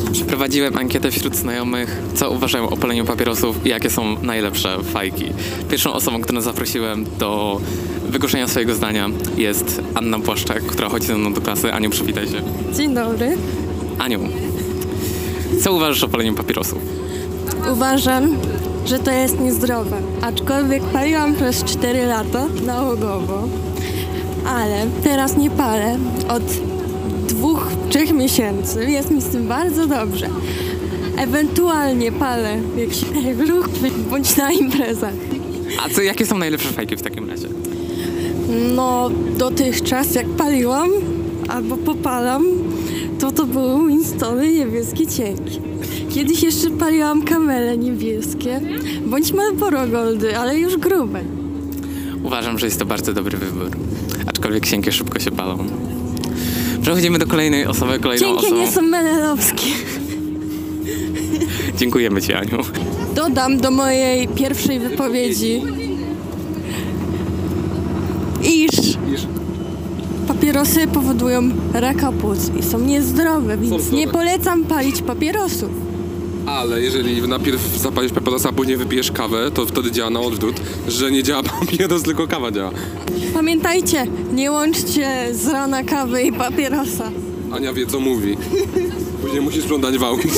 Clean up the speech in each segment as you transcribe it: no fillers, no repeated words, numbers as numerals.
Przeprowadziłem ankietę wśród znajomych, co uważają o paleniu papierosów i jakie są najlepsze fajki. Pierwszą osobą, którą zaprosiłem do wygłoszenia swojego zdania jest Anna Błaszczak, która chodzi ze mną do klasy. Aniu, przywitaj się. Dzień dobry. Aniu, co uważasz o paleniu papierosów? Uważam, że to jest niezdrowe. Aczkolwiek paliłam przez 4 lata nałogowo, ale teraz nie palę od 2-3 miesięcy. Jest mi z tym bardzo dobrze. Ewentualnie palę w jakichś grupy bądź na imprezach. A jakie są najlepsze fajki w takim razie? No, dotychczas jak paliłam albo popalam, to były Winstony niebieskie cienkie. Kiedyś jeszcze paliłam Camele niebieskie, bądź Marlboro Goldy, ale już grube. Uważam, że jest to bardzo dobry wybór, aczkolwiek cienkie szybko się palą. Przechodzimy do kolejnej osoby, Cienkie nie są menelowskie. Dziękujemy Ci, Aniu. Dodam do mojej pierwszej wypowiedzi, iż papierosy powodują raka płuc i są niezdrowe, więc nie polecam palić papierosów. Ale jeżeli najpierw zapalisz papierosa, a później wypijesz kawę, to wtedy działa na odwrót, że nie działa papieros, tylko kawa działa. Pamiętajcie, nie łączcie z rana kawy i papierosa. Ania wie, co mówi. Później musisz sprzątać w aucie.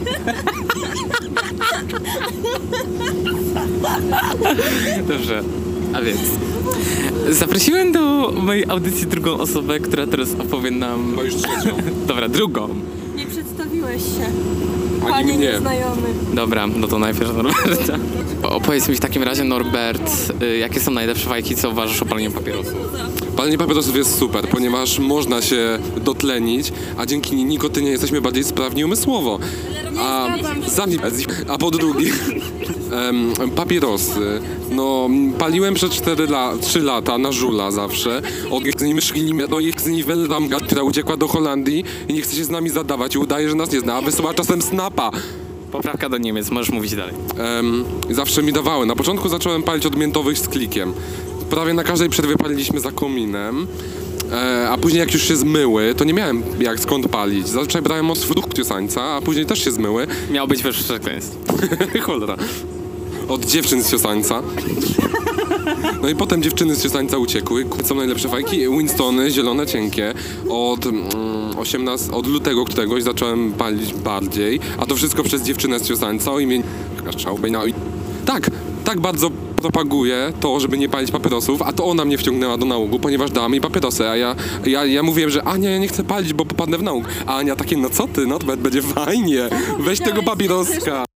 Dobrze, a więc zaprosiłem do mojej audycji drugą osobę, która teraz opowie nam... Chyba już trzecią. Dobra, drugą. Nie przedstawiłeś się, Ani panie mnie. nieznajomy. Dobra, no to najpierw Norberta. Opowiedz mi w takim razie, Norbert, jakie są najlepsze fajki, co uważasz o paleniu papierosów? Palenie papierosów jest super, ponieważ można się dotlenić, a dzięki nikotynie jesteśmy bardziej sprawni umysłowo. A po drugie, papierosy. No, paliłem przez 3 lata na żula zawsze. Która uciekła do Holandii i nie chce się z nami zadawać i udaje, że nas nie zna, a wysyła czasem snapa. Poprawka do Niemiec, możesz mówić dalej. Zawsze mi dawały. Na początku zacząłem palić od miętowych z klikiem. Prawie na każdej przerwie paliliśmy za kominem. A później jak już się zmyły, to nie miałem skąd palić. Zazwyczaj brałem od frukcjosańca, a później też się zmyły. Miał być we przekleństwie. Cholera. Od dziewczyn z Ciosańca. No i potem dziewczyny z Ciosańca uciekły. Są najlepsze fajki. Winstony, zielone, cienkie. Od lutego któregoś zacząłem palić bardziej. A to wszystko przez dziewczynę z Ciosańca o imieniu... Tak bardzo propaguje to, żeby nie palić papierosów, a to ona mnie wciągnęła do nałogu, ponieważ dała mi papierosy, a ja mówiłem, że Ania, ja nie chcę palić, bo popadnę w nałóg. A Ania takie, no co ty, Norbert, będzie fajnie, weź tego papieroska.